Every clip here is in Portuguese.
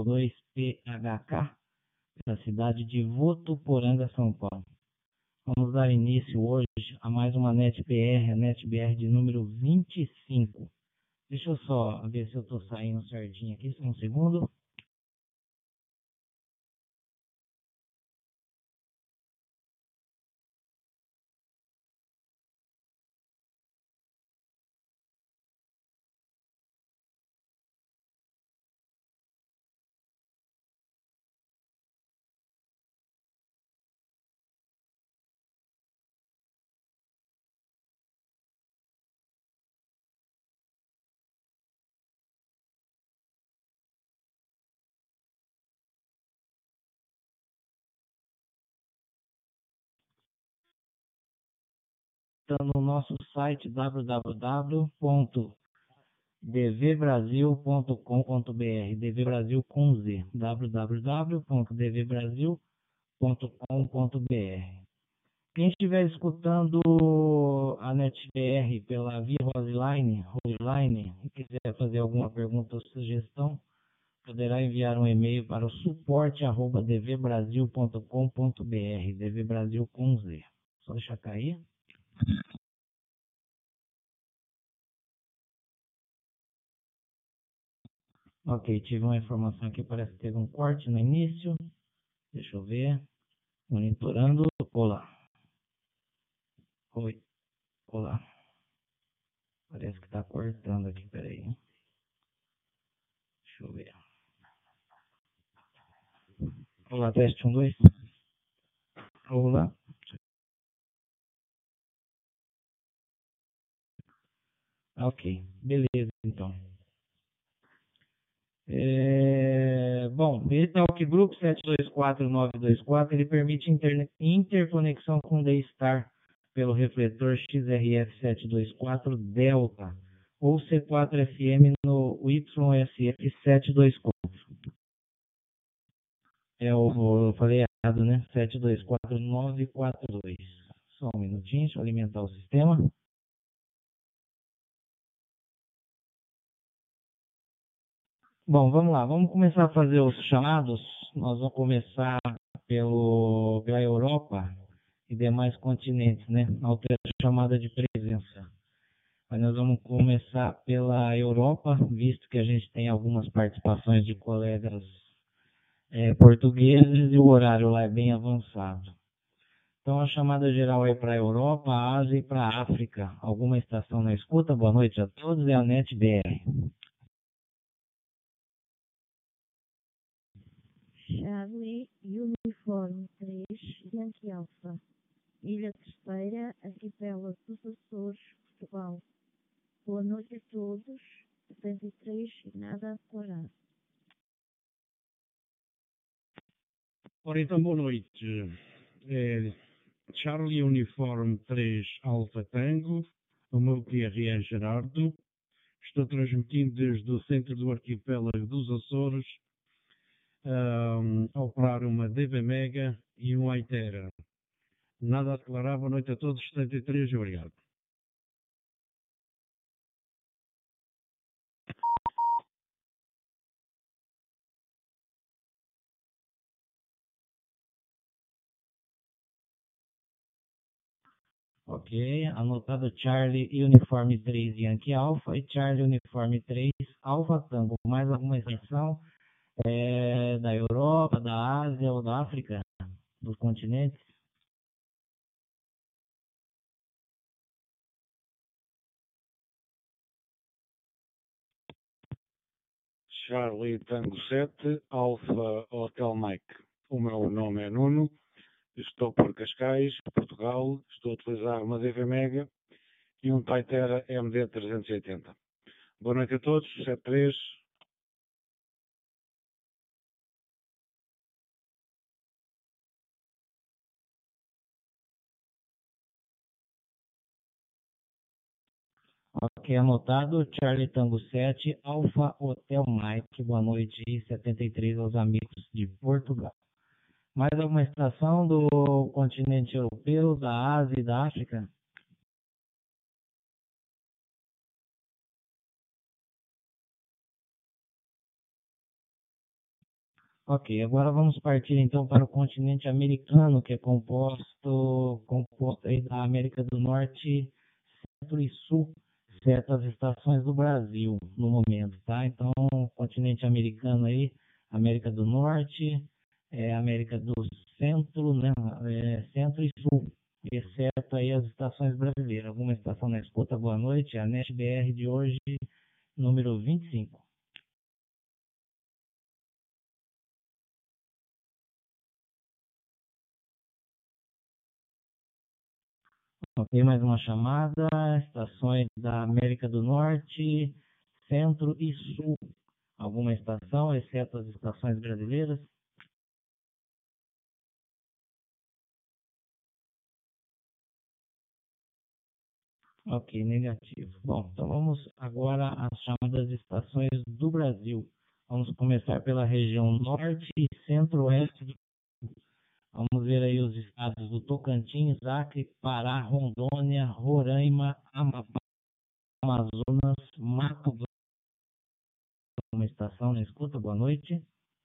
702PHK, da cidade de Votuporanga, São Paulo. Vamos dar início hoje a mais uma NetBR, a NetBR de número 25. Deixa eu só ver se eu estou saindo certinho aqui, só um segundo. No nosso site www.dvbrasil.com.br, dvbrasil com Z, www.dvbrasil.com.br. Quem estiver escutando a NetBR pela via Roseline e quiser fazer alguma pergunta ou sugestão, poderá enviar um e-mail para o suporte@dvbrasil.com.br, dvbrasil com Z. Só deixar cair. Ok, tive uma informação aqui, parece que teve um corte no início. Deixa eu ver. Monitorando. Olá. Oi. Olá. Parece que está cortando aqui, peraí. Deixa eu ver. Olá, teste 1, 2. Olá. Ok, beleza então. Bom, esse Talk Group 724924, ele permite interconexão com o D-Star pelo refletor XRF724 Delta ou C4FM no YSF 724. Eu falei errado, né? 724942. Só um minutinho, deixa eu alimentar o sistema. Bom, vamos lá, vamos começar a fazer os chamados. Nós vamos começar pela Europa e demais continentes, né? Altera a chamada de presença. Mas nós vamos começar pela Europa, visto que a gente tem algumas participações de colegas portugueses e o horário lá é bem avançado. Então a chamada geral é para a Europa, a Ásia e para a África. Alguma estação na escuta? Boa noite a todos, é a NetBR. Charlie Uniforme 3, Yankee Alpha. Ilha Terceira, Arquipélago dos Açores, Portugal. Boa noite a todos. 73 e nada a declarar. Ora então, boa noite. Charlie Uniforme 3 Alfa Tango, o meu QRE é Gerardo. Estou transmitindo desde o centro do arquipélago dos Açores, a operar uma DV Mega e um Aitera. Nada a declarar, boa noite a todos, 73 e obrigado. Ok, anotado Charlie Uniforme 3 Yankee Alpha e Charlie Uniforme 3 Alpha Tango. Mais alguma estação da Europa, da Ásia ou da África, dos continentes? Charlie Tango 7, Alfa Hotel Mike. O meu nome é Nuno, estou por Cascais, Portugal, estou a utilizar uma DV Mega e um Taitera MD 380. Boa noite a todos, 73. Ok, anotado Charlie Tango 7, Alpha Hotel Mike. Boa noite, 73 aos amigos de Portugal. Mais alguma estação do continente europeu, da Ásia e da África? Ok, agora vamos partir então para o continente americano, que é composto aí da América do Norte, Centro e Sul, certas estações do Brasil no momento, tá? Então, continente americano aí, América do Norte, América do Centro, né? Centro e Sul, exceto aí as estações brasileiras. Alguma estação na escuta? Boa noite, a NetBR de hoje, número 25. Ok, mais uma chamada. Estações da América do Norte, Centro e Sul. Alguma estação, exceto as estações brasileiras? Ok, negativo. Bom, então vamos agora às chamadas estações do Brasil. Vamos começar pela região norte e centro-oeste. Vamos ver aí os estados do Tocantins, Acre, Pará, Rondônia, Roraima, Amapá, Amazonas, Mato Grosso. Uma estação na escuta, boa noite.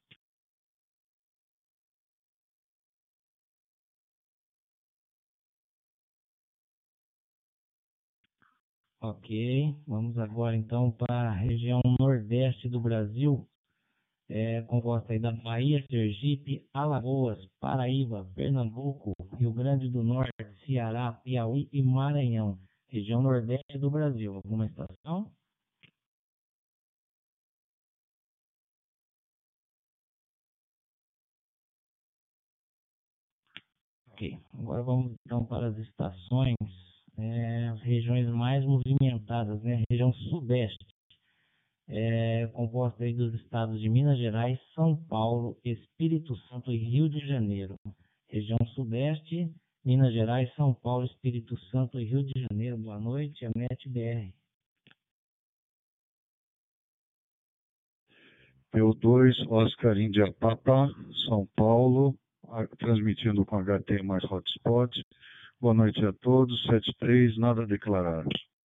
Ok, vamos agora então para a região nordeste do Brasil, composta aí da Bahia, Sergipe, Alagoas, Paraíba, Pernambuco, Rio Grande do Norte, Ceará, Piauí e Maranhão. Região nordeste do Brasil. Alguma estação? Ok, agora vamos então para as estações, as regiões mais movimentadas, né? Região sudeste. Composta aí dos estados de Minas Gerais, São Paulo, Espírito Santo e Rio de Janeiro. Região Sudeste, Minas Gerais, São Paulo, Espírito Santo e Rio de Janeiro. Boa noite, a NetBR. P2, Oscar Índia Papa, São Paulo, transmitindo com HT mais hotspot. Boa noite a todos, 73, nada a declarar.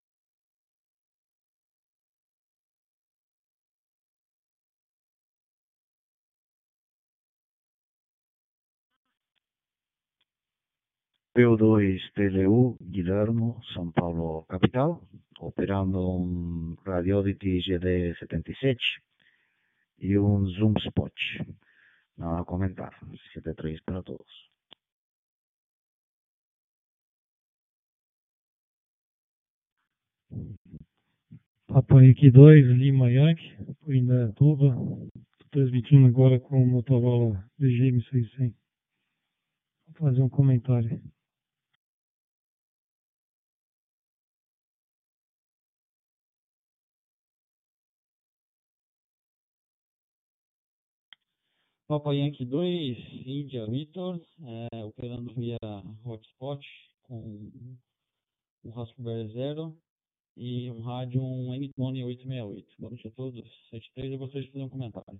P2, TLU, Guilhermo, São Paulo, capital, operando um Radiodity GD77 e um Zoom Spot. Nada a comentar, 73 para todos. Papa Yankee 2, Lima Yankee, Indaiatuba, transmitindo agora com o Motorola DGM600. Vou fazer um comentário. Papa Yankee 2, Índia Victor, operando via hotspot com o Raspberry Zero e um rádio M-Tone 868. Boa noite a todos. 73, eu gostaria de fazer um comentário.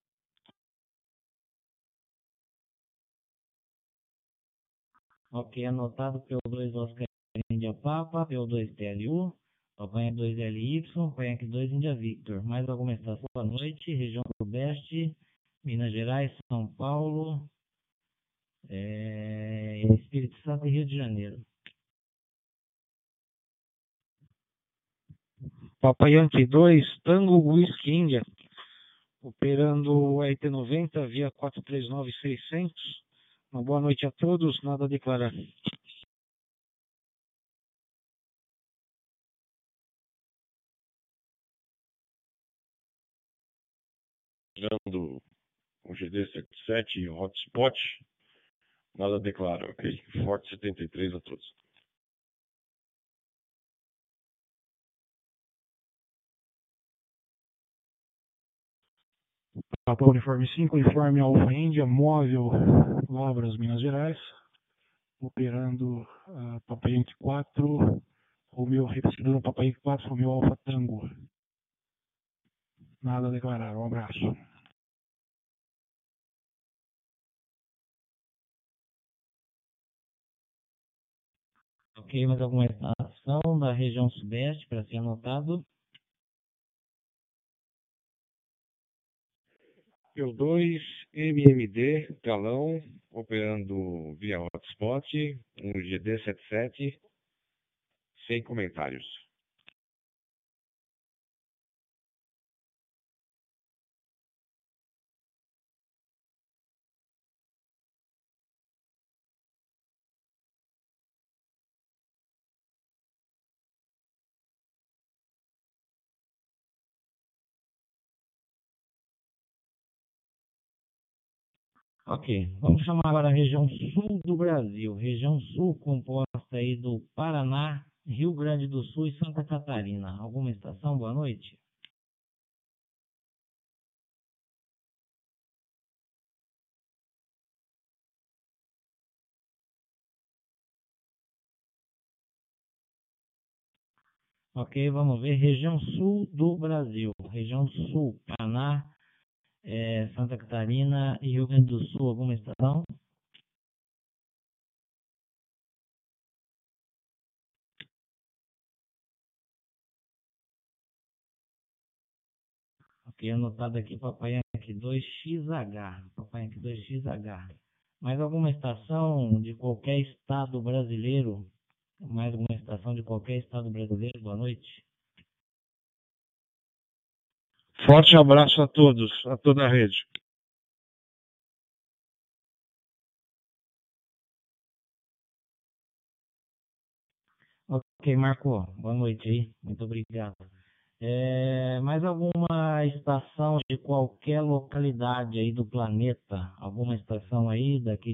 Ok, anotado P2 Oscar Índia Papa, P2 TLU, Papanha 2 LY, Papanha 2 Índia Victor. Mais alguma estação? Boa noite, região sudeste, Minas Gerais, São Paulo, Espírito Santo e Rio de Janeiro. Papa Yankee 2, Tango Whisky India, operando o RT90 via 439-600. Uma boa noite a todos, nada a declarar. Usando o GD77 e o hotspot, nada a declarar, ok? Forte 73 a todos. Papa Uniforme 5, Uniforme Alfa Índia, móvel Lavras, Minas Gerais, operando Papa Yankee 4, repetindo Papa Yankee 4, Romeo Alfa Tango. Nada a declarar, um abraço. Ok, mais alguma estação da região sudeste para ser anotado? P2, MMD, Galão, operando via hotspot, um GD77, sem comentários. Ok, vamos chamar agora a região sul do Brasil. Região sul composta aí do Paraná, Rio Grande do Sul e Santa Catarina. Alguma estação? Boa noite. Ok, vamos ver. Região sul do Brasil. Região sul, Paraná, Santa Catarina e Rio Grande do Sul. Alguma estação? Ok, anotado aqui Papai Yankee 2XH. Papai Yankee 2XH. Mais alguma estação de qualquer estado brasileiro? Mais alguma estação de qualquer estado brasileiro? Boa noite. Forte abraço a todos, a toda a rede. Ok, Marco. Boa noite aí. Muito obrigado. Mais alguma estação de qualquer localidade aí do planeta? Alguma estação aí daqui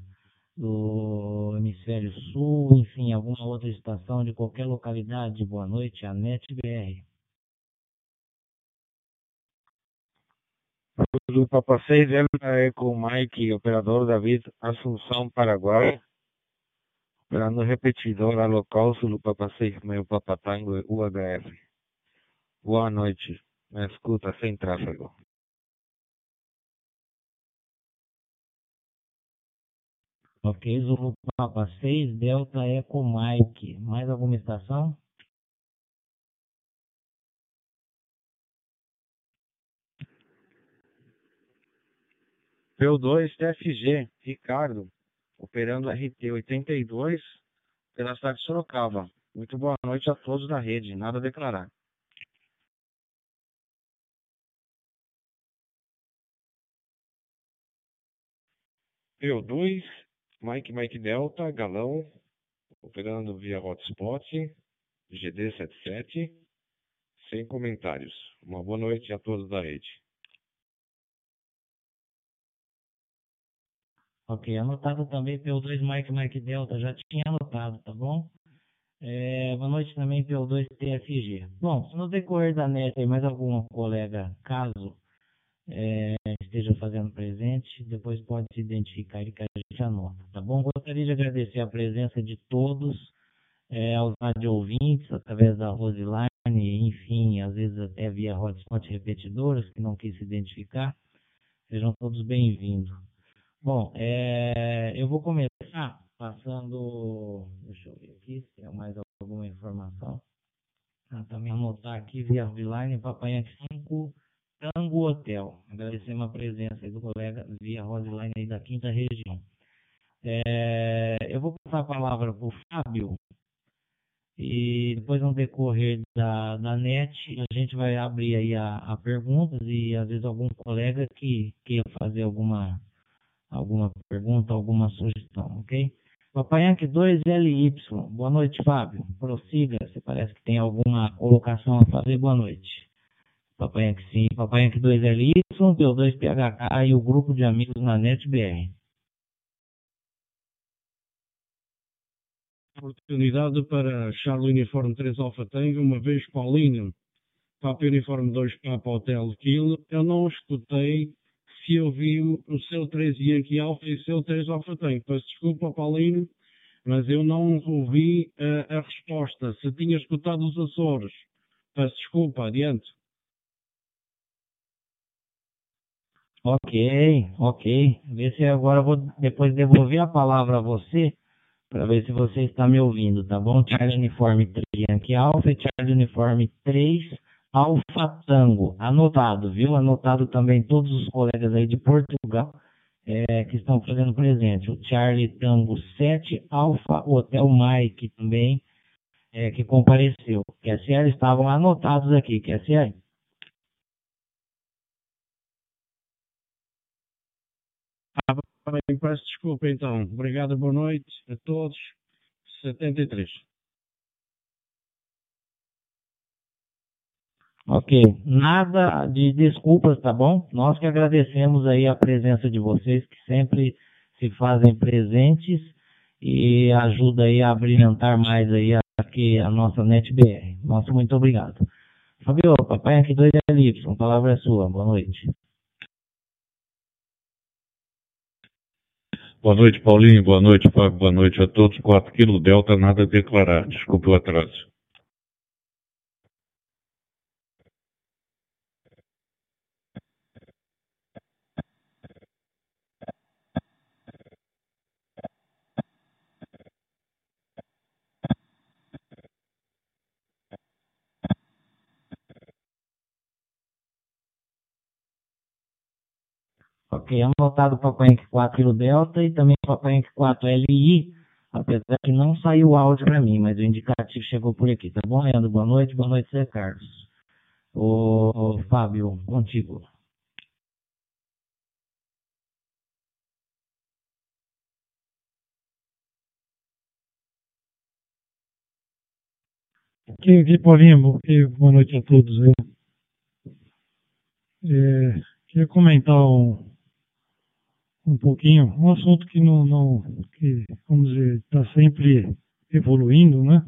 do hemisfério sul? Enfim, alguma outra estação de qualquer localidade? Boa noite, a NetBR. Do Papa 6 Delta Eco Mike, operador David, Assunção, Paraguai. Operando repetidor a local sul do Papa 6, meio Papa Tango UHF. Boa noite. Me escuta sem tráfego. Ok, Zulu Papa 6, Delta Eco Mike. Mais alguma estação? P2 TFG, Ricardo, operando RT82, pela cidade de Sorocaba. Muito boa noite a todos da rede, nada a declarar. P2, Mike Delta, Galão, operando via hotspot, GD77, sem comentários. Uma boa noite a todos da rede. Ok, anotado também PO2 Mike Delta, já tinha anotado, tá bom? Boa noite também PO2 TFG. Bom, se no decorrer da net aí mais algum colega, caso esteja fazendo presente, depois pode se identificar e que a gente anota, tá bom? Gostaria de agradecer a presença de todos, aos rádio ouvintes, através da Roseline, enfim, às vezes até via hotspot repetidoras, que não quis se identificar. Sejam todos bem-vindos. Bom, eu vou começar passando, deixa eu ver aqui se tem mais alguma informação. Também anotar aqui via Roseline, Papai Yankee 5, Tango Hotel. Agradecer a presença aí do colega via Roseline aí da 5ª região. Eu vou passar a palavra para o Fábio e depois no decorrer da net a gente vai abrir aí a perguntas e às vezes algum colega que queira fazer alguma pergunta, alguma sugestão, ok? Papai Yankee 2LY, boa noite, Fábio. Prossiga, você parece que tem alguma colocação a fazer, boa noite. Papai Yankee sim, Papai Yankee 2LY, P2PHK e o grupo de amigos na NetBR. Oportunidade para Charlie Uniforme 3 Alpha Tango, uma vez Paulinho, Papa Uniforme 2 Papa Hotel Kilo. Eu não escutei se ouviu o seu 3 Yankee Alpha e o seu 3 Alpha Tango. Peço desculpa, Paulinho, mas eu não ouvi a resposta. Se tinha escutado os Açores. Peço desculpa, adiante. Ok. Vê se agora eu vou depois devolver a palavra a você, para ver se você está me ouvindo, tá bom? Charlie Uniforme 3 Yankee Alpha e Charlie Uniforme 3 Alfa Tango. Anotado, viu? Anotado também todos os colegas aí de Portugal que estão fazendo presente. O Charlie Tango 7, Alfa Hotel Mike também, que compareceu. QSL estavam anotados aqui, QSL. Peço desculpa então. Obrigado, boa noite a todos. 73. Ok, nada de desculpas, tá bom? Nós que agradecemos aí a presença de vocês, que sempre se fazem presentes e ajuda aí a brilhantar mais aí aqui a nossa NetBR. Nosso muito obrigado. Fabio, papai aqui 2LY, a palavra é sua, boa noite. Boa noite, Paulinho. Boa noite, Fábio. Boa noite a todos. 4 kg Delta, nada a declarar. Desculpe o atraso. Ok, anotado o Papai Inc 4 kg Delta e também o Papai Inc 4 LI, apesar que não saiu o áudio para mim, mas o indicativo chegou por aqui, tá bom, Leandro? Boa noite, Zé Carlos. Ô Fábio, contigo. Aqui, Paulinho, boa noite a todos. Queria comentar um pouquinho, um assunto que que, vamos dizer, está sempre evoluindo, né?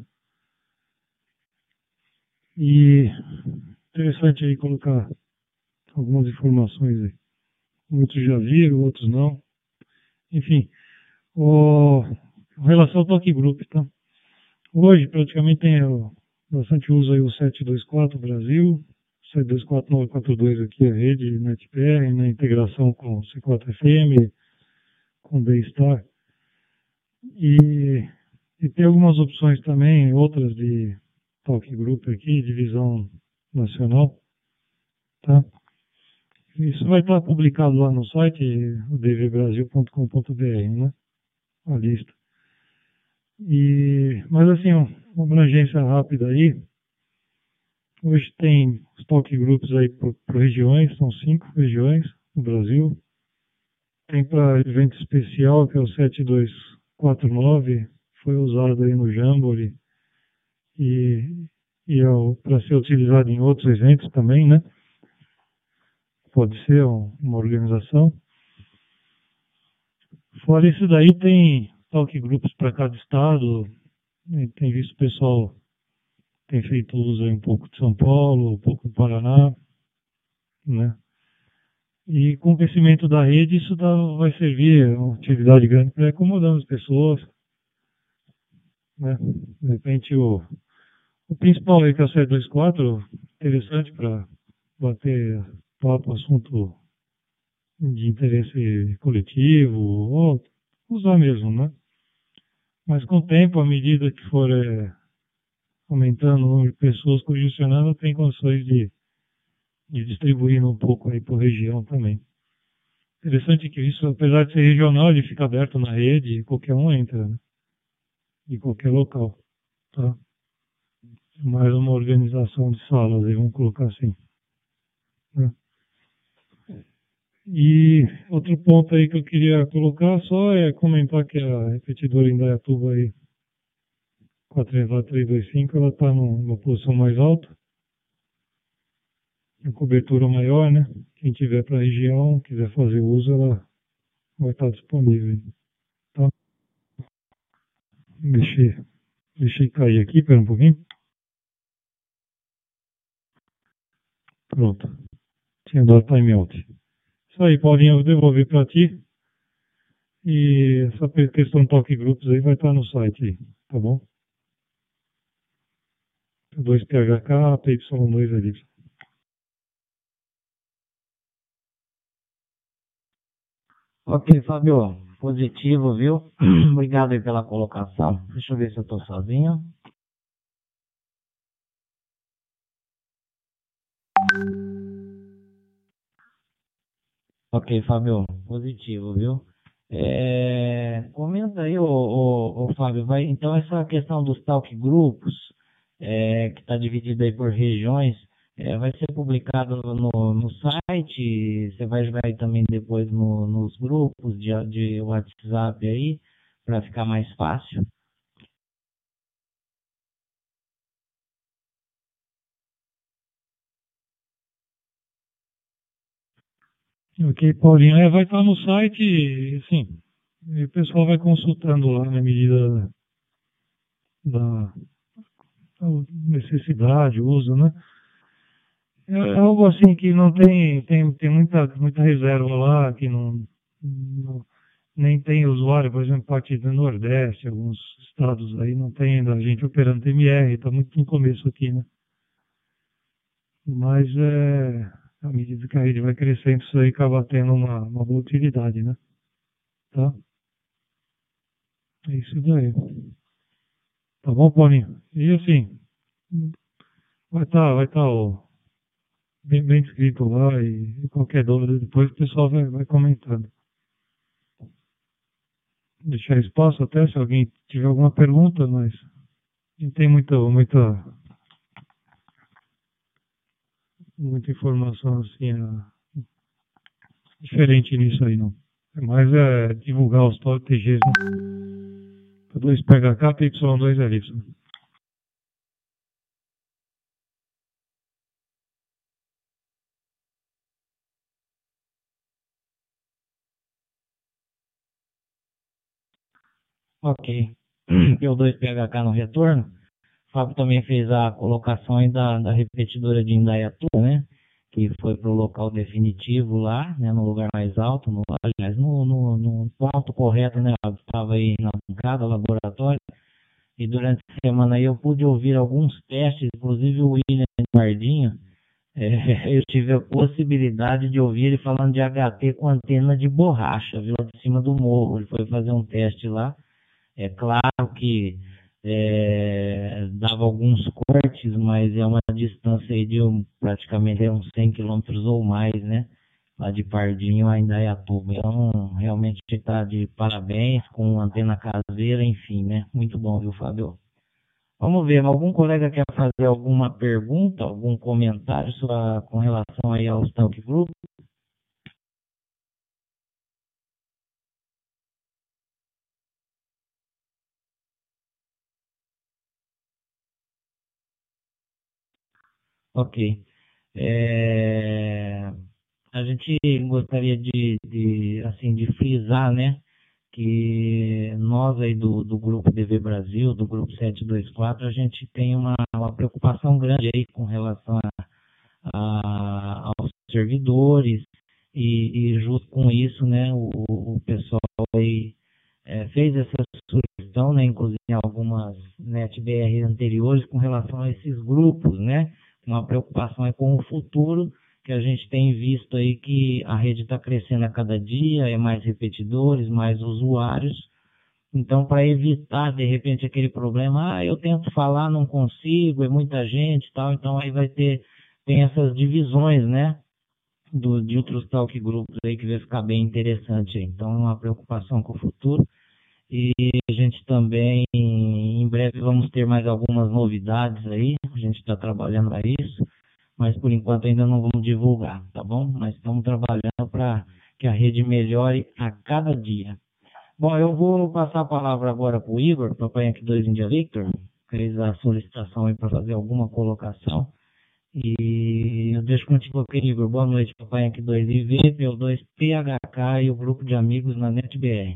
E interessante aí colocar algumas informações aí. Muitos já viram, outros não. Enfim, em relação ao Talk Group, tá? Hoje praticamente tem bastante uso aí o 724 Brasil, 724.942 aqui a rede NetBR, na integração com C4FM, com Daystar. E tem algumas opções também, outras de Talk Group aqui, divisão nacional, tá? Isso vai estar publicado lá no site, o dvbrasil.com.br, né? A lista. Mas assim, uma abrangência rápida aí. Hoje tem os Talk Groups aí por regiões, são 5 regiões no Brasil. Tem para evento especial, que é o 7249, foi usado aí no Jamboree e para ser utilizado em outros eventos também, né? Pode ser uma organização. Fora isso daí, tem Talk Groups para cada estado. Tem visto o pessoal tem feito uso aí um pouco de São Paulo, um pouco do Paraná, né? E com o crescimento da rede, isso vai servir, é uma atividade grande para acomodar as pessoas, né? De repente, o principal aí que é o 724, interessante para bater papo, assunto de interesse coletivo, ou usar mesmo, né? Mas com o tempo, à medida que for aumentando o número de pessoas congestionando, tem condições de distribuir um pouco aí por região também. Interessante que isso, apesar de ser regional, ele fica aberto na rede, qualquer um entra, né? De qualquer local, tá? Mais uma organização de salas, aí, vamos colocar assim, né? E outro ponto aí que eu queria colocar só é comentar que a repetidora em Indaiatuba aí, 43325, ela está numa posição mais alta, uma cobertura maior, né? Quem tiver para a região, quiser fazer uso, ela vai estar disponível, tá? Deixei cair aqui, espera um pouquinho. Pronto. Tinha dado timeout. Isso aí, Paulinho, eu vou devolver para ti. E essa questão do Talk Groups aí vai estar no site aí, tá bom? 2PHK, PY2 ali. Ok, Fábio, positivo, viu? Obrigado aí pela colocação. Deixa eu ver se eu estou sozinho. Ok, Fábio, positivo, viu? Comenta aí, Fábio, então essa questão dos talk grupos, que está dividida aí por regiões, vai ser publicado no site, você vai jogar aí também depois nos grupos de WhatsApp aí, para ficar mais fácil. Ok, Paulinho, vai estar no site, assim, e o pessoal vai consultando lá na medida da necessidade, uso, né? É algo assim que não tem muita reserva lá, que nem tem usuário, por exemplo, parte do Nordeste, alguns estados aí não tem ainda a gente operando TMR, está muito no começo aqui, né? Mas à medida que a rede vai crescendo, isso aí acaba tendo uma boa utilidade, né? Tá? É isso daí. Tá bom, Paulinho? E assim, vai tá bem descrito lá e qualquer dúvida depois o pessoal vai comentando. Deixar espaço até se alguém tiver alguma pergunta, mas não tem muita informação assim diferente nisso aí não. É mais divulgar os TGs, né? P2PHK, PY2LY. Ok. P2PHK no retorno. O Fábio também fez a colocação aí da repetidora de Indaiatuba, né? Que foi para o local definitivo lá, né? No lugar mais alto, aliás, no ponto correto, né? Estava aí na bancada, laboratório. E durante a semana aí eu pude ouvir alguns testes, inclusive o William Mardinho. Eu tive a possibilidade de ouvir ele falando de HT com antena de borracha, viu? De cima do morro. Ele foi fazer um teste lá. É claro que dava alguns cortes, mas é uma distância aí de praticamente uns 100 quilômetros ou mais, né? Lá de Pardinho a Indaiatuba. Então, realmente está de parabéns com antena caseira, enfim, né? Muito bom, viu, Fábio? Vamos ver, algum colega quer fazer alguma pergunta, algum comentário com relação aí ao Talk Group? Ok. A gente gostaria assim, de frisar, né, que nós aí do Grupo DV Brasil, do Grupo 724, a gente tem uma preocupação grande aí com relação aos servidores e junto com isso, né, o pessoal aí fez essa sugestão, né, inclusive em algumas NetBR anteriores com relação a esses grupos, né, uma preocupação é com o futuro, que a gente tem visto aí que a rede está crescendo a cada dia, é mais repetidores, mais usuários. Então, para evitar, de repente, aquele problema, eu tento falar, não consigo, é muita gente e tal, então aí tem essas divisões, né, de outros talk grupos aí que vai ficar bem interessante. Então, é uma preocupação com o futuro. E a gente também, em breve, vamos ter mais algumas novidades aí, a gente está trabalhando para isso, mas por enquanto ainda não vamos divulgar, tá bom? Mas estamos trabalhando para que a rede melhore a cada dia. Bom, eu vou passar a palavra agora para o Igor, Papai Yankee 2 India Victor, fez a solicitação aí para fazer alguma colocação. E eu deixo contigo aqui, Igor. Boa noite, Papai Yankee 2 IV, PO2 PHK e o grupo de amigos na NetBR.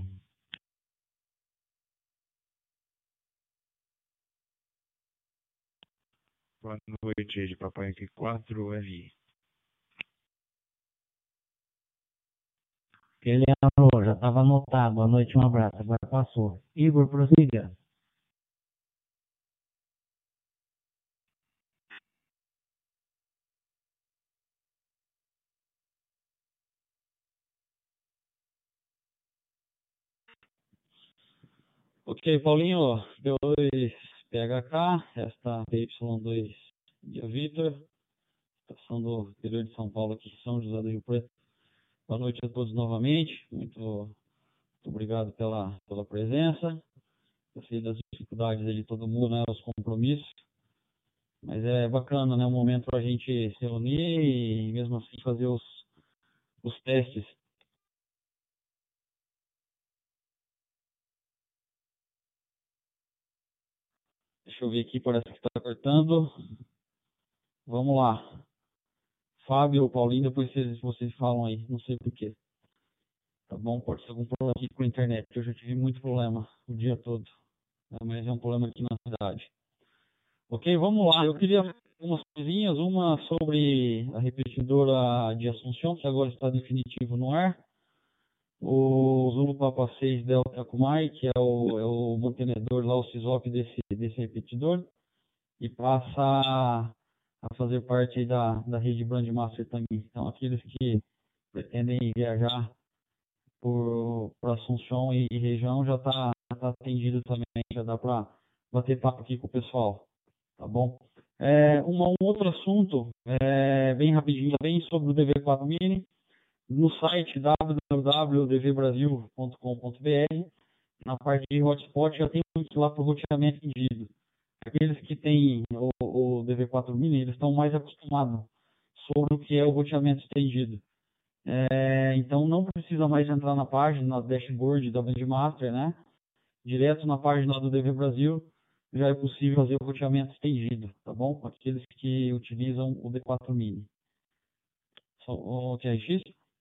Boa noite, de Papai aqui 4LI. Ele anotou, já estava anotado. Boa noite, um abraço. Agora passou. Igor, prossiga. Ok, Paulinho, P2 PHK, esta PY2 Dia Vitor, estação do interior de São Paulo, aqui São José do Rio Preto. Boa noite a todos novamente. Muito obrigado pela presença. Eu sei das dificuldades de todo mundo, né, os compromissos. Mas é bacana, né, um momento para a gente se reunir e mesmo assim fazer os testes. Deixa eu ver aqui, parece que está cortando. Vamos lá. Fábio ou Paulinho, depois vocês falam aí, não sei porquê. Tá bom? Pode ser algum problema aqui com a internet, eu já tive muito problema o dia todo. Né? Mas é um problema aqui na cidade. Ok, vamos lá. Eu queria umas coisinhas, uma sobre a repetidora de Assunção, que agora está definitivo no ar. O Zulu Papa 6 Delta Kumai, que é o mantenedor lá, o CISOP desse repetidor, e passa a fazer parte da rede Brandmaster também. Então, aqueles que pretendem viajar para Assunção e região já está atendido também, já dá para bater papo aqui com o pessoal, tá bom? Um outro assunto, bem rapidinho, bem sobre o DV4 Mini, no site www.dvbrasil.com.br, na parte de hotspot já tem um link lá para o roteamento estendido. Aqueles que têm o DV4 Mini, eles estão mais acostumados sobre o que é o roteamento estendido. Então não precisa mais entrar na página, na dashboard da Brandmaster, né? Direto na página do DV Brasil já é possível fazer o roteamento estendido, tá bom? Aqueles que utilizam o D4 Mini. O TRX?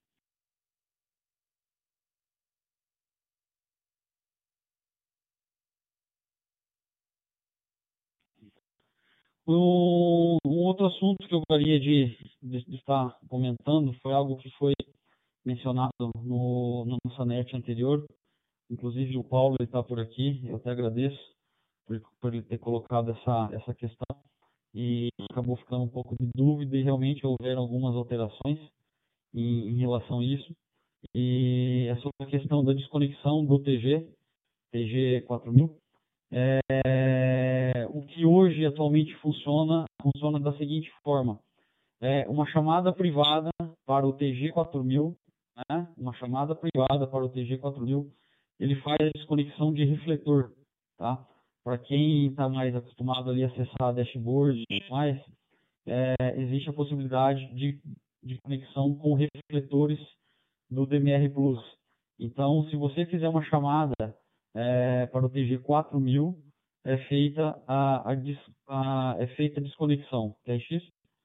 Um outro assunto que eu gostaria de estar comentando foi algo que foi mencionado na nossa net anterior. Inclusive o Paulo está por aqui, eu até agradeço por ele ter colocado essa questão e acabou ficando um pouco de dúvida e realmente houveram algumas alterações em relação a isso. E é sobre a questão da desconexão do TG 4000. O que hoje atualmente funciona da seguinte forma: uma chamada privada para o TG 4000, né? Uma chamada privada para o TG 4000, ele faz a desconexão de refletor, tá? Para quem está mais acostumado ali a acessar a dashboard e tudo mais, existe a possibilidade de conexão com refletores do DMR Plus. Então, se você fizer uma chamada para o TG 4000, é feita a desconexão. TX?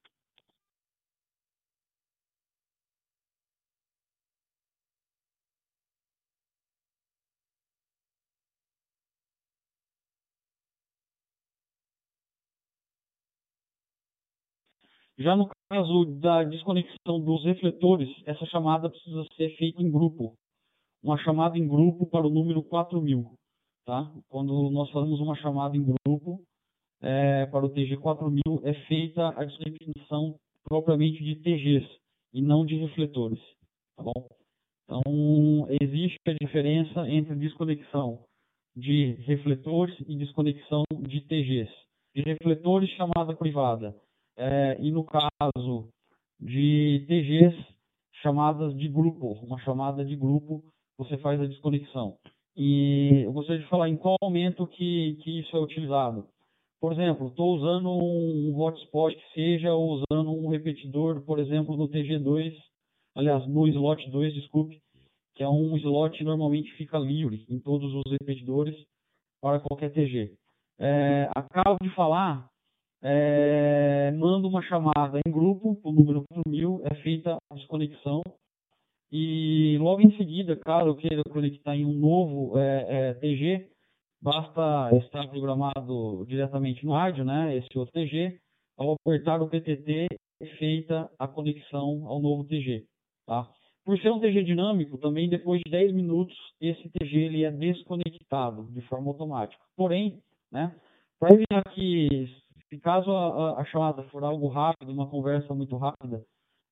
Já no caso da desconexão dos refletores, essa chamada precisa ser feita em grupo. Uma chamada em grupo para o número 4000. Tá? Quando nós fazemos uma chamada em grupo para o TG 4000, é feita a desconexão propriamente de TGs e não de refletores. Tá bom? Então, existe a diferença entre desconexão de refletores e desconexão de TGs. De refletores, chamada privada. E no caso de TGs, chamadas de grupo. Uma chamada de grupo, você faz a desconexão. E eu gostaria de falar em qual momento que isso é utilizado. Por exemplo, estou usando um hotspot que seja, ou usando um repetidor, por exemplo, no TG2, aliás, no slot 2, desculpe, que é um slot que normalmente fica livre em todos os repetidores para qualquer TG. Acabo de falar, mando uma chamada em grupo, o número 4000, é feita a desconexão, e logo em seguida, caso eu queira conectar em um novo TG, basta estar programado diretamente no rádio, né, esse outro TG, ao apertar o PTT, é feita a conexão ao novo TG. Tá? Por ser um TG dinâmico, também depois de 10 minutos, esse TG ele é desconectado de forma automática. Porém, né, para evitar que, se caso a chamada for algo rápido, uma conversa muito rápida,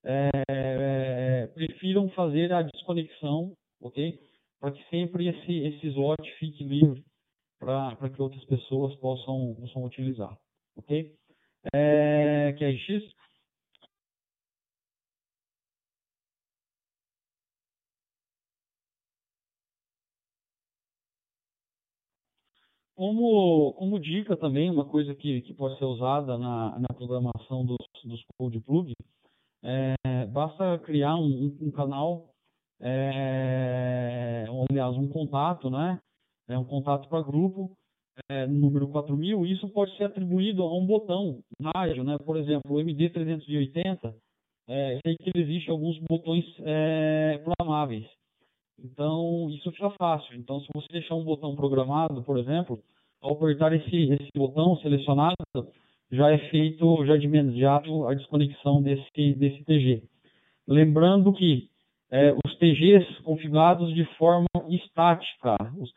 prefiram fazer a desconexão, ok? Para que sempre esse slot fique livre para que outras pessoas possam utilizar, ok? QRX? Como dica também, uma coisa que pode ser usada na programação dos code plug, basta criar um canal, ou, aliás, um contato, né? Um contato para grupo, número 4000, e isso pode ser atribuído a um botão rádio, né? Por exemplo, o MD380, sei que existe alguns botões programáveis. Então, isso fica fácil. Então, se você deixar um botão programado, por exemplo, ao apertar esse botão selecionado, já é feito já de imediato a desconexão desse TG. Lembrando que os TGs configurados de forma estática,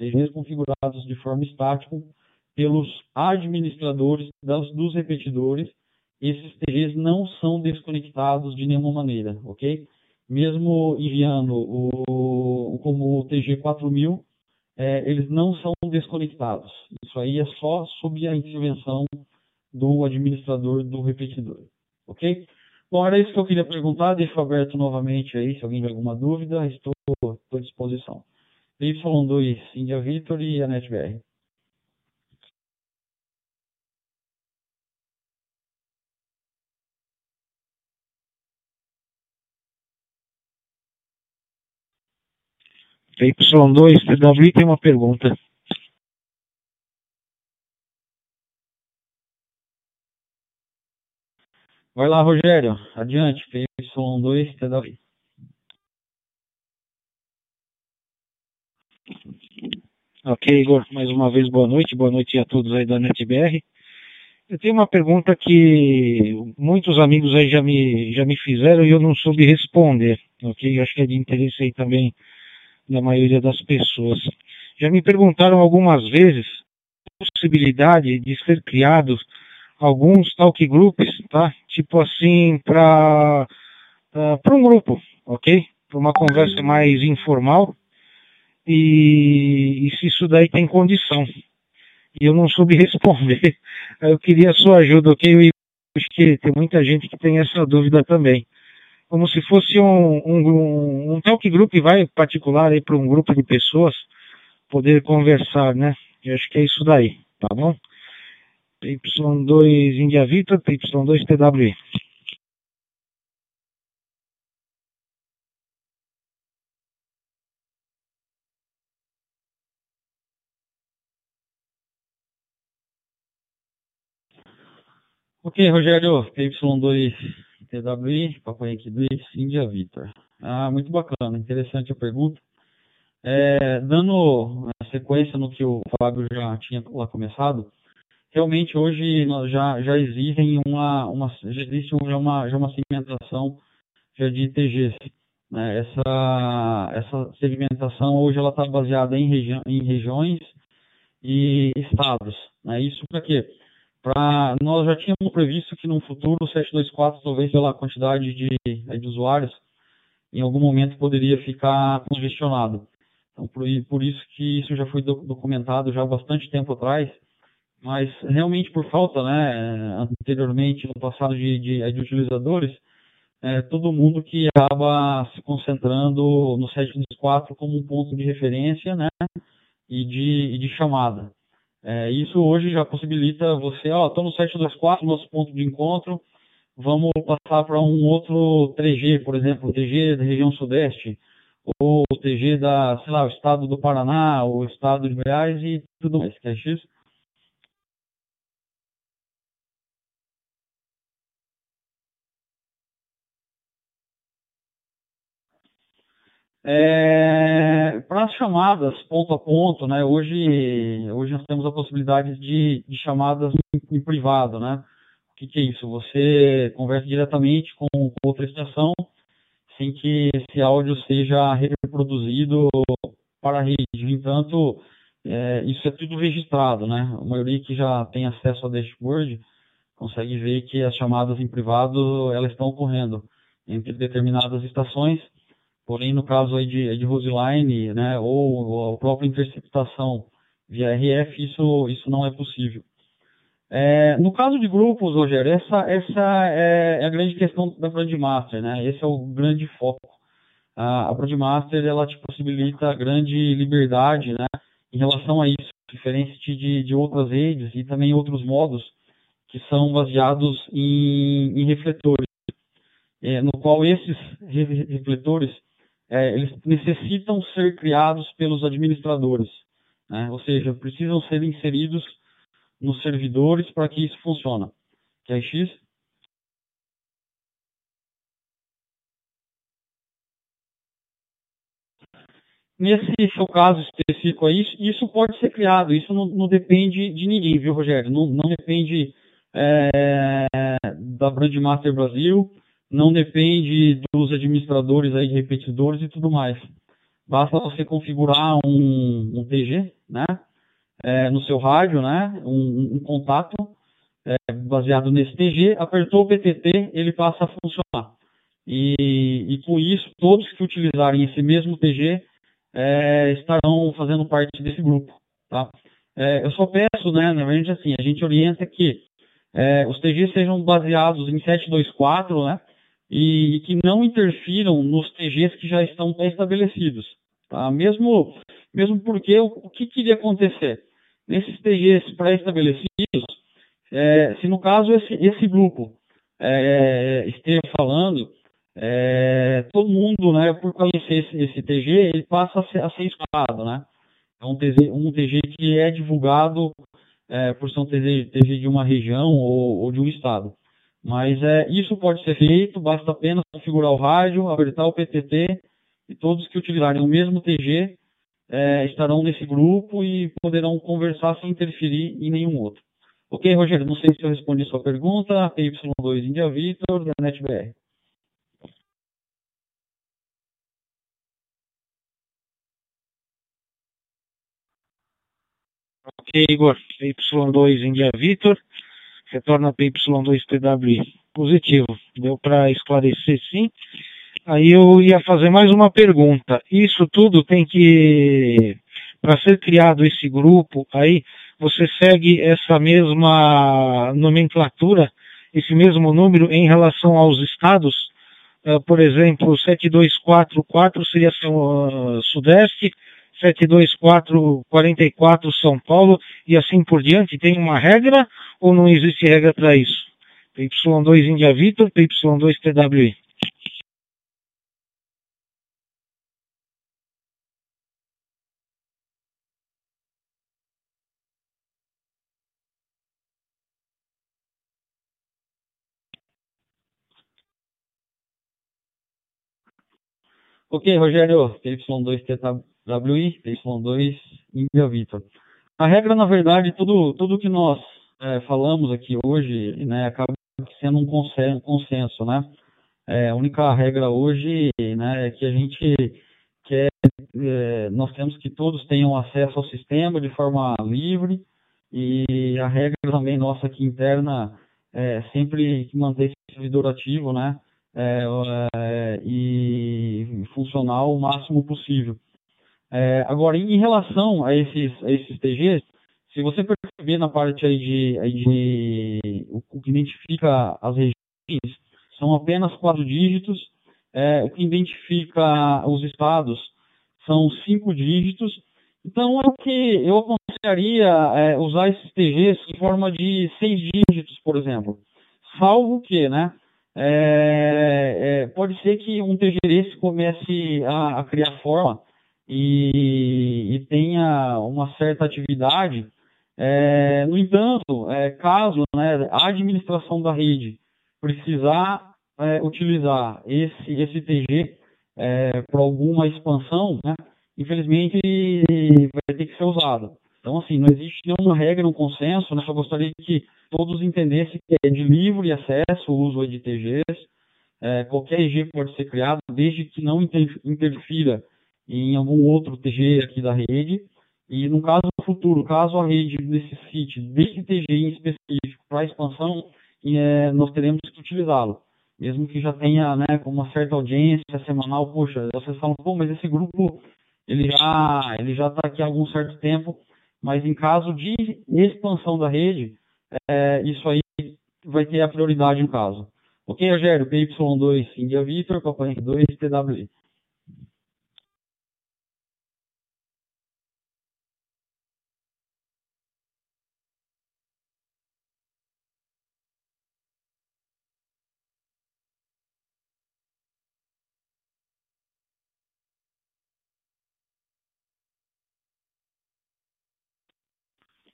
pelos administradores dos repetidores, esses TGs não são desconectados de nenhuma maneira, ok? Mesmo enviando como o TG 4000, eles não são desconectados. Isso aí é só sob a intervenção do administrador do repetidor, ok? Bom, era isso que eu queria perguntar. Deixo aberto novamente aí, se alguém tiver alguma dúvida, estou à disposição. Y2, India Victor e a NetBR. Y2, TW tem uma pergunta. Vai lá, Rogério. Adiante, Y2, TW. Ok, Igor. Mais uma vez, boa noite a todos aí da NetBR. Eu tenho uma pergunta que muitos amigos aí já me fizeram e eu não soube responder, ok? Eu acho que é de interesse aí também da maioria das pessoas. Já me perguntaram algumas vezes a possibilidade de ser criados alguns talk groups, tá? Tipo assim, para um grupo, ok? Para uma conversa mais informal e se isso daí tem condição. E eu não soube responder. Eu queria a sua ajuda, ok? Eu acho que tem muita gente que tem essa dúvida também. Como se fosse um talk group, vai particular aí para um grupo de pessoas poder conversar, né? Eu acho que é isso daí, tá bom? Y2 India Victor, Y2 TWI. Ok, Rogério, Y2 TWI, Papai Yankee 2, India Victor. Muito bacana, interessante a pergunta. Dando sequência no que o Fábio já tinha lá começado, realmente hoje nós já existe uma segmentação já de TGs. Né? Essa segmentação hoje ela está baseada em regiões e estados. Né? Isso para quê? Nós já tínhamos previsto que no futuro o 724, talvez pela quantidade de usuários, em algum momento poderia ficar congestionado. Então, por isso que isso já foi documentado já há bastante tempo atrás, mas realmente por falta, né, anteriormente, no passado de utilizadores, todo mundo que acaba se concentrando no 724 como um ponto de referência, né, e de chamada. Isso hoje já possibilita você, estou no 724, nosso ponto de encontro, vamos passar para um outro 3G, por exemplo, o 3G da região sudeste, ou o 3G o estado do Paraná, o estado de Goiás e tudo mais, que é X. Para as chamadas ponto a ponto, né, hoje nós temos a possibilidade de chamadas em privado, né? O que é isso? Você conversa diretamente com outra estação sem que esse áudio seja reproduzido para a rede. No entanto, isso é tudo registrado, né? A maioria que já tem acesso ao dashboard consegue ver que as chamadas em privado elas estão ocorrendo entre determinadas estações. Porém, no caso aí de Roseline, né, ou a própria interceptação via RF, isso não é possível. No caso de grupos, Rogério, essa é a grande questão da Broadmaster, né? Esse é o grande foco. A Broadmaster, ela te possibilita grande liberdade, né, em relação a isso, diferente de outras redes e também outros modos que são baseados em refletores, no qual esses refletores eles necessitam ser criados pelos administradores, né? Ou seja, precisam ser inseridos nos servidores para que isso funcione. Que é X? Nesse seu caso específico aí, isso pode ser criado, isso não depende de ninguém, viu, Rogério? Não depende da Brandmaster Brasil, não depende dos administradores aí de repetidores e tudo mais. Basta você configurar um TG, né, no seu rádio, né, um contato baseado nesse TG, apertou o PTT, ele passa a funcionar. E com isso, todos que utilizarem esse mesmo TG estarão fazendo parte desse grupo, tá? Eu só peço, né, na verdade, assim, a gente orienta que os TGs sejam baseados em 724, né, e que não interfiram nos TGs que já estão pré-estabelecidos, tá? Mesmo porque o que queria acontecer? Nesses TGs pré-estabelecidos, se no caso esse grupo esteja falando, todo mundo, né, por conhecer esse TG, ele passa a ser escalado, né? É um TG que é divulgado por ser um TG de uma região ou de um estado. Mas isso pode ser feito, basta apenas configurar o rádio, apertar o PTT, e todos que utilizarem o mesmo TG estarão nesse grupo e poderão conversar sem interferir em nenhum outro. Ok, Rogério, não sei se eu respondi sua pergunta. PY2 India Victor, da NetBR. Ok, Igor. PY2 India Victor, retorna PY2 TWI. Positivo. Deu para esclarecer, sim. Aí eu ia fazer mais uma pergunta. Isso tudo tem que, para ser criado esse grupo, aí você segue essa mesma nomenclatura, esse mesmo número em relação aos estados? Por exemplo, 7244 seria Sudeste, 72444 São Paulo e assim por diante. Tem uma regra ou não existe regra para isso? PY2 India Victor, PY2 TWI. Ok, Rogério, PY2 TWI, PY2 India Victor. A regra, na verdade, tudo que nós falamos aqui hoje, né, acaba sendo um consenso, né? A única regra hoje, né, é que a gente quer, nós temos que todos tenham acesso ao sistema de forma livre, e a regra também nossa aqui interna é sempre manter esse servidor ativo, né, e funcional o máximo possível. Agora, em relação a esses TGs, se você perceber na parte aí o que identifica as regiões, são apenas 4 dígitos. O que identifica os estados são 5 dígitos. Então, é o que eu aconselharia usar esses TGs em forma de 6 dígitos, por exemplo. Salvo que, né, pode ser que um TG desse comece a criar forma e tenha uma certa atividade. No entanto, caso, né, a administração da rede precisar utilizar esse TG para alguma expansão, né, infelizmente vai ter que ser usado. Então, assim, não existe nenhuma regra, um consenso, né, só gostaria que todos entendessem que é de livre acesso o uso de TGs. Qualquer EG pode ser criado, desde que não interfira em algum outro TG aqui da rede. E no caso futuro, caso a rede necessite desse TG em específico para expansão, nós teremos que utilizá-lo. Mesmo que já tenha, né, com uma certa audiência semanal, poxa, vocês falam, pô, mas esse grupo ele já está aqui há algum certo tempo, mas em caso de expansão da rede, isso aí vai ter a prioridade no caso. Ok, Rogério, PY2 India Victor, Papai 2 TWI.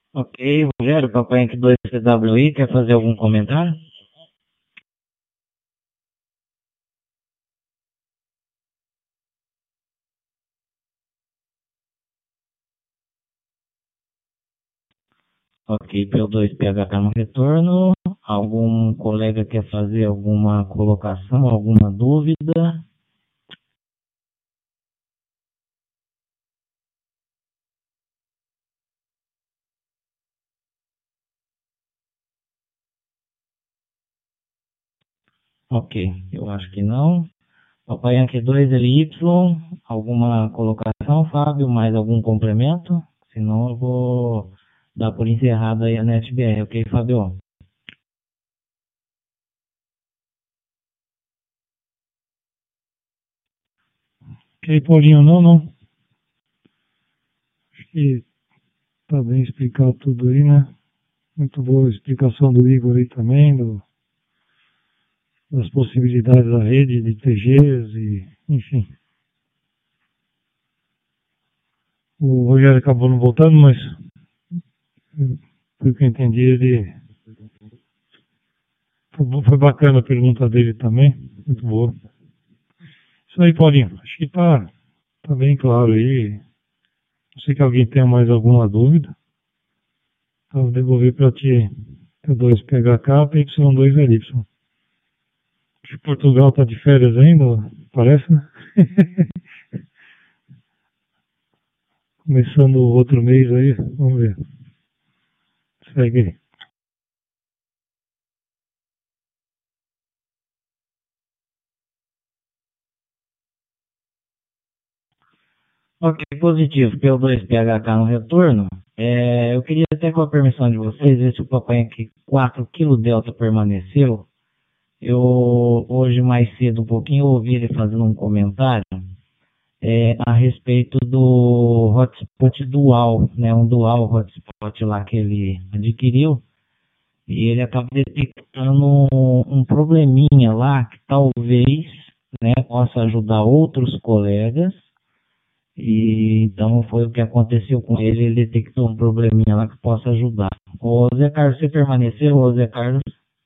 Ok, Rogério, Papai Yankee 2 CWI, quer fazer algum comentário? Ok, P2PHK no retorno. Algum colega quer fazer alguma colocação, alguma dúvida? Ok, eu acho que não. Papai Yankee 2 LY, alguma colocação, Fábio? Mais algum complemento? Senão eu vou dar por encerrada aí a NetBR, ok, Fábio? Ok, Paulinho, não. Acho que tá bem explicado tudo aí, né? Muito boa a explicação do Igor aí também, das possibilidades da rede de TGs e, enfim. O Rogério acabou não voltando, mas pelo que eu entendi, ele foi bacana a pergunta dele também, muito boa. Isso aí, Paulinho, acho que tá bem claro aí. Não sei que alguém tenha mais alguma dúvida. Então, vou devolver para ti P2PHK, PY2LY. Acho que Portugal tá de férias ainda, parece, né? Começando o outro mês aí, vamos ver. Segue aí. Ok, positivo, P2PHK no retorno. Eu queria até com a permissão de vocês ver se o Papai Yankee 4 kg Delta permaneceu. Eu hoje mais cedo um pouquinho ouvi ele fazendo um comentário a respeito do hotspot dual, né? Um dual hotspot lá que ele adquiriu. E ele acaba detectando um probleminha lá que talvez, né, possa ajudar outros colegas. E então foi o que aconteceu com ele, ele detectou um probleminha lá que possa ajudar. Ô Zé Carlos, você permaneceu, ô Zé Carlos?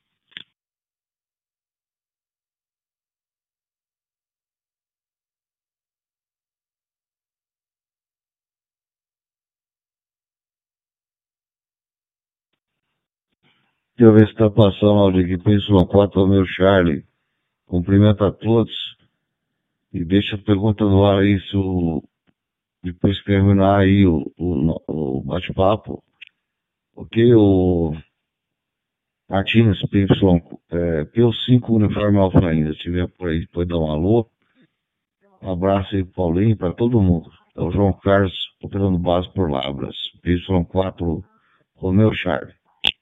Deixa eu ver se está passando a áudio aqui. PY4 ao meu Charlie. Cumprimento a todos. E deixa a pergunta no ar aí, se depois que terminar aí o bate-papo. Ok, o Martins, P5 Uniforme Alfa ainda. Se tiver por aí, depois dá um alô. Um abraço aí, Paulinho, para todo mundo. É o João Carlos, operando base por Labras. PY4 Romeu Charlie.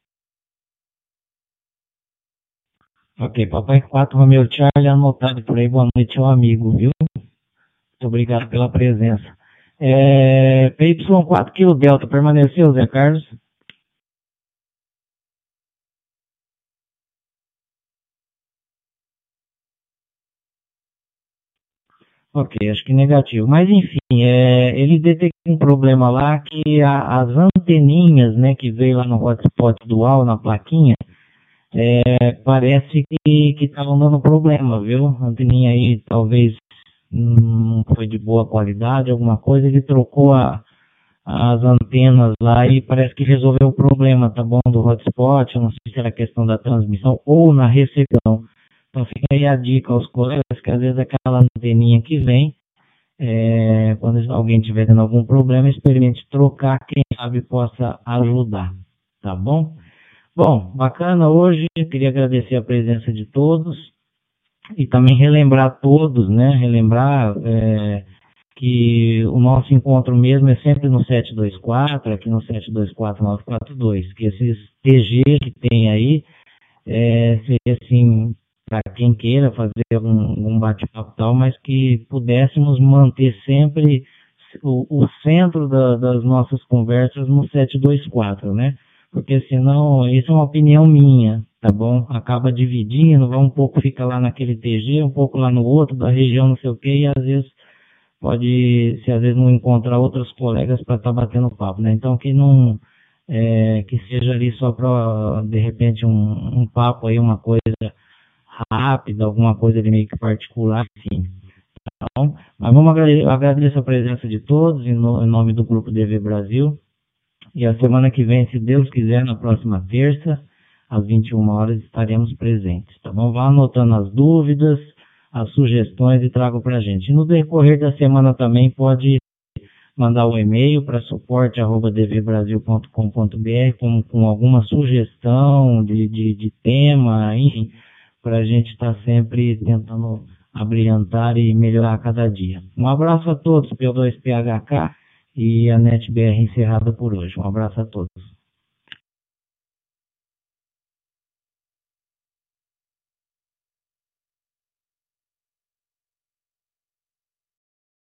Ok, Papai 4, Romeu Charlie, anotado por aí. Boa noite ao amigo, viu? Muito obrigado pela presença. PY4 kg Delta, permaneceu, Zé Carlos? Ok, acho que negativo. Mas enfim, ele detectou um problema lá que as anteninhas, né, que veio lá no hotspot dual, na plaquinha, parece que estavam dando problema, viu? A anteninha aí talvez não foi de boa qualidade, alguma coisa, ele trocou as antenas lá e parece que resolveu o problema, tá bom? Do hotspot, eu não sei se era questão da transmissão ou na recepção. Então fica aí a dica aos colegas que às vezes aquela anteninha que vem, quando alguém tiver tendo algum problema, experimente trocar, quem sabe possa ajudar, tá bom? Bom, bacana hoje, queria agradecer a presença de todos e também relembrar todos, né? Relembrar que o nosso encontro mesmo é sempre no 724, aqui no 724-942, que esses TG que tem aí, seria assim, para quem queira fazer um bate-papo tal, mas que pudéssemos manter sempre o centro das nossas conversas no 724, né? Porque senão, isso é uma opinião minha, tá bom? Acaba dividindo, vai um pouco fica lá naquele TG, um pouco lá no outro, da região não sei o quê, e às vezes pode, se às vezes não encontrar outros colegas para estar batendo papo, né? Então que não que seja ali só para, de repente, um papo aí, uma coisa rápida, alguma coisa de meio que particular, sim. Então, mas vamos agradecer a presença de todos, em nome do Grupo DV Brasil. E a semana que vem, se Deus quiser, na próxima terça, às 21 horas, estaremos presentes. Tá bom? Vá anotando as dúvidas, as sugestões e traga para a gente. E no decorrer da semana também pode mandar um e-mail para suporte@dvbrasil.com.br com alguma sugestão de tema, enfim, para a gente estar sempre tentando abrilhantar e melhorar a cada dia. Um abraço a todos, P2PHK e a NetBR encerrada por hoje. Um abraço a todos.